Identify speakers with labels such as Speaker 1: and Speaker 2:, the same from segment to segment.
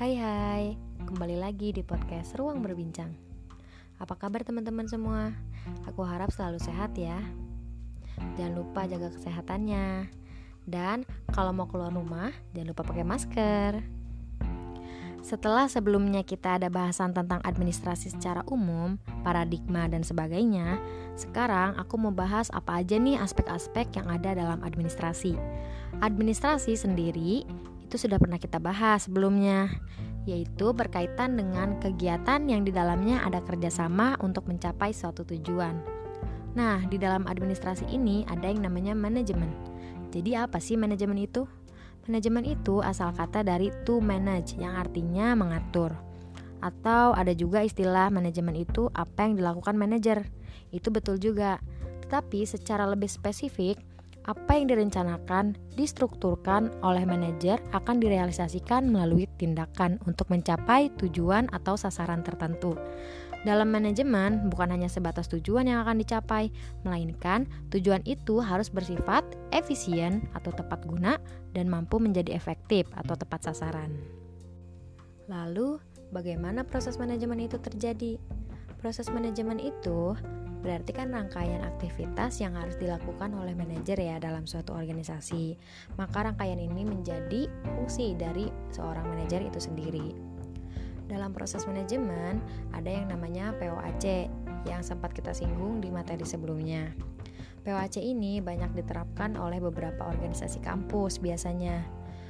Speaker 1: Hai, kembali lagi di podcast Ruang Berbincang. Apa kabar teman-teman semua? Aku harap selalu sehat ya. Jangan lupa jaga kesehatannya. Dan kalau mau keluar rumah, jangan lupa pakai masker. Setelah sebelumnya kita ada bahasan tentang administrasi secara umum, paradigma dan sebagainya, sekarang aku mau bahas apa aja nih aspek-aspek yang ada dalam administrasi. Administrasi sendiri itu sudah pernah kita bahas sebelumnya, yaitu berkaitan dengan kegiatan yang di dalamnya ada kerjasama untuk mencapai suatu tujuan. Nah, di dalam administrasi ini ada yang namanya manajemen. Jadi apa sih manajemen itu? Manajemen itu asal kata dari to manage yang artinya mengatur. Atau ada juga istilah manajemen itu apa yang dilakukan manajer. Itu betul juga. Tetapi secara lebih spesifik, apa yang direncanakan, distrukturkan oleh manajer akan direalisasikan melalui tindakan untuk mencapai tujuan atau sasaran tertentu. Dalam manajemen bukan hanya sebatas tujuan yang akan dicapai, melainkan tujuan itu harus bersifat efisien atau tepat guna dan mampu menjadi efektif atau tepat sasaran. Lalu, bagaimana proses manajemen itu terjadi? Proses manajemen itu berarti kan rangkaian aktivitas yang harus dilakukan oleh manajer ya dalam suatu organisasi. Maka rangkaian ini menjadi fungsi dari seorang manajer itu sendiri. Dalam proses manajemen ada yang namanya POAC yang sempat kita singgung di materi sebelumnya. POAC ini banyak diterapkan oleh beberapa organisasi kampus biasanya.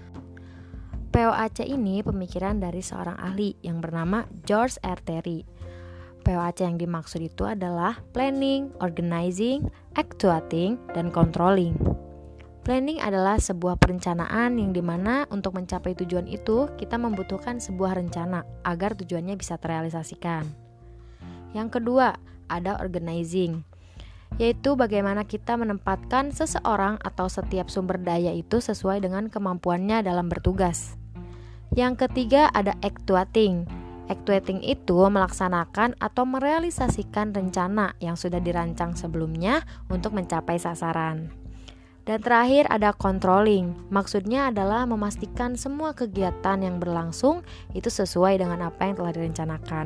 Speaker 1: POAC ini pemikiran dari seorang ahli yang bernama George R. Terry. POAC yang dimaksud itu adalah planning, organizing, actuating, dan controlling. Planning adalah sebuah perencanaan yang dimana untuk mencapai tujuan itu kita membutuhkan sebuah rencana agar tujuannya bisa terrealisasikan. Yang kedua, ada organizing, yaitu bagaimana kita menempatkan seseorang atau setiap sumber daya itu sesuai dengan kemampuannya dalam bertugas. Yang ketiga, ada actuating. Actuating itu melaksanakan atau merealisasikan rencana yang sudah dirancang sebelumnya untuk mencapai sasaran. Dan terakhir ada controlling, maksudnya adalah memastikan semua kegiatan yang berlangsung itu sesuai dengan apa yang telah direncanakan.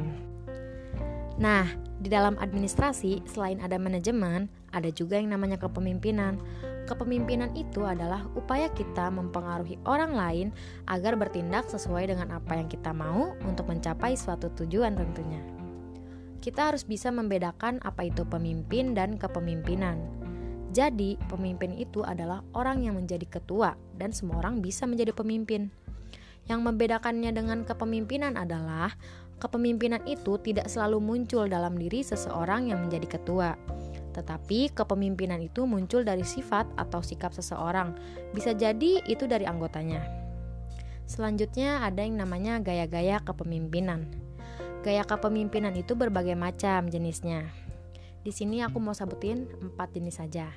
Speaker 1: Nah, di dalam administrasi selain ada manajemen, ada juga yang namanya kepemimpinan. Kepemimpinan itu adalah upaya kita mempengaruhi orang lain agar bertindak sesuai dengan apa yang kita mau untuk mencapai suatu tujuan tentunya. Kita harus bisa membedakan apa itu pemimpin dan kepemimpinan. Jadi, pemimpin itu adalah orang yang menjadi ketua dan semua orang bisa menjadi pemimpin. Yang membedakannya dengan kepemimpinan adalah kepemimpinan itu tidak selalu muncul dalam diri seseorang yang menjadi ketua. Tetapi kepemimpinan itu muncul dari sifat atau sikap seseorang. Bisa jadi itu dari anggotanya. Selanjutnya ada yang namanya gaya-gaya kepemimpinan. Gaya kepemimpinan itu berbagai macam jenisnya. Di sini aku mau sebutin 4 jenis saja.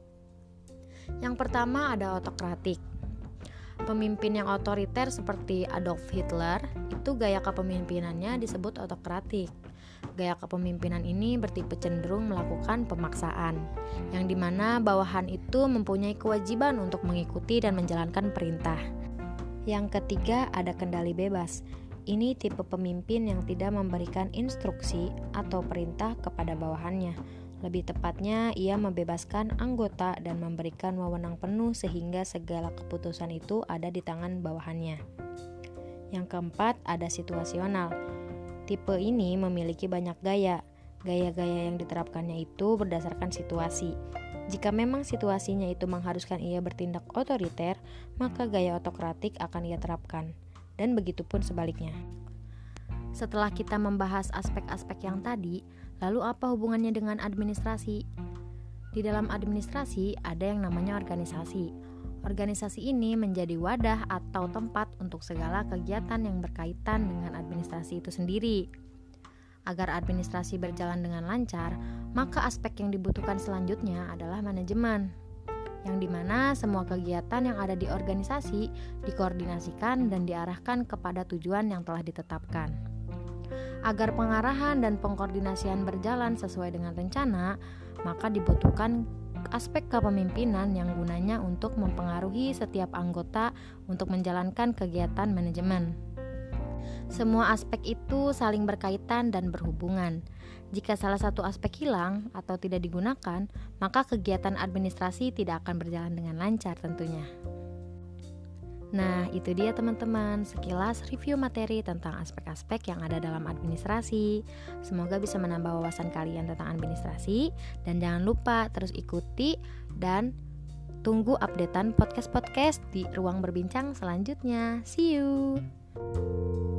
Speaker 1: Yang pertama ada autokratik. Pemimpin yang otoriter seperti Adolf Hitler, itu gaya kepemimpinannya disebut autokratik. Gaya kepemimpinan ini bertipe cenderung melakukan pemaksaan, yang dimana bawahan itu mempunyai kewajiban untuk mengikuti dan menjalankan perintah. Yang ketiga ada kendali bebas. Ini tipe pemimpin yang tidak memberikan instruksi atau perintah kepada bawahannya. Lebih tepatnya, ia membebaskan anggota dan memberikan wewenang penuh sehingga segala keputusan itu ada di tangan bawahannya. Yang keempat, ada situasional. Tipe ini memiliki banyak gaya. Gaya-gaya yang diterapkannya itu berdasarkan situasi. Jika memang situasinya itu mengharuskan ia bertindak otoriter, maka gaya autokratik akan ia terapkan. Dan begitu pun sebaliknya. Setelah kita membahas aspek-aspek yang tadi, lalu apa hubungannya dengan administrasi? Di dalam administrasi ada yang namanya organisasi. Organisasi ini menjadi wadah atau tempat untuk segala kegiatan yang berkaitan dengan administrasi itu sendiri. Agar administrasi berjalan dengan lancar, maka aspek yang dibutuhkan selanjutnya adalah manajemen, yang dimana semua kegiatan yang ada di organisasi dikoordinasikan dan diarahkan kepada tujuan yang telah ditetapkan. Agar pengarahan dan pengkoordinasian berjalan sesuai dengan rencana, maka dibutuhkan aspek kepemimpinan yang gunanya untuk mempengaruhi setiap anggota untuk menjalankan kegiatan manajemen. Semua aspek itu saling berkaitan dan berhubungan. Jika salah satu aspek hilang atau tidak digunakan, maka kegiatan administrasi tidak akan berjalan dengan lancar tentunya. Nah, itu dia teman-teman, sekilas review materi tentang aspek-aspek yang ada dalam administrasi. Semoga bisa menambah wawasan kalian tentang administrasi. Dan jangan lupa terus ikuti dan tunggu updatean podcast-podcast di Ruang Berbincang selanjutnya. See you!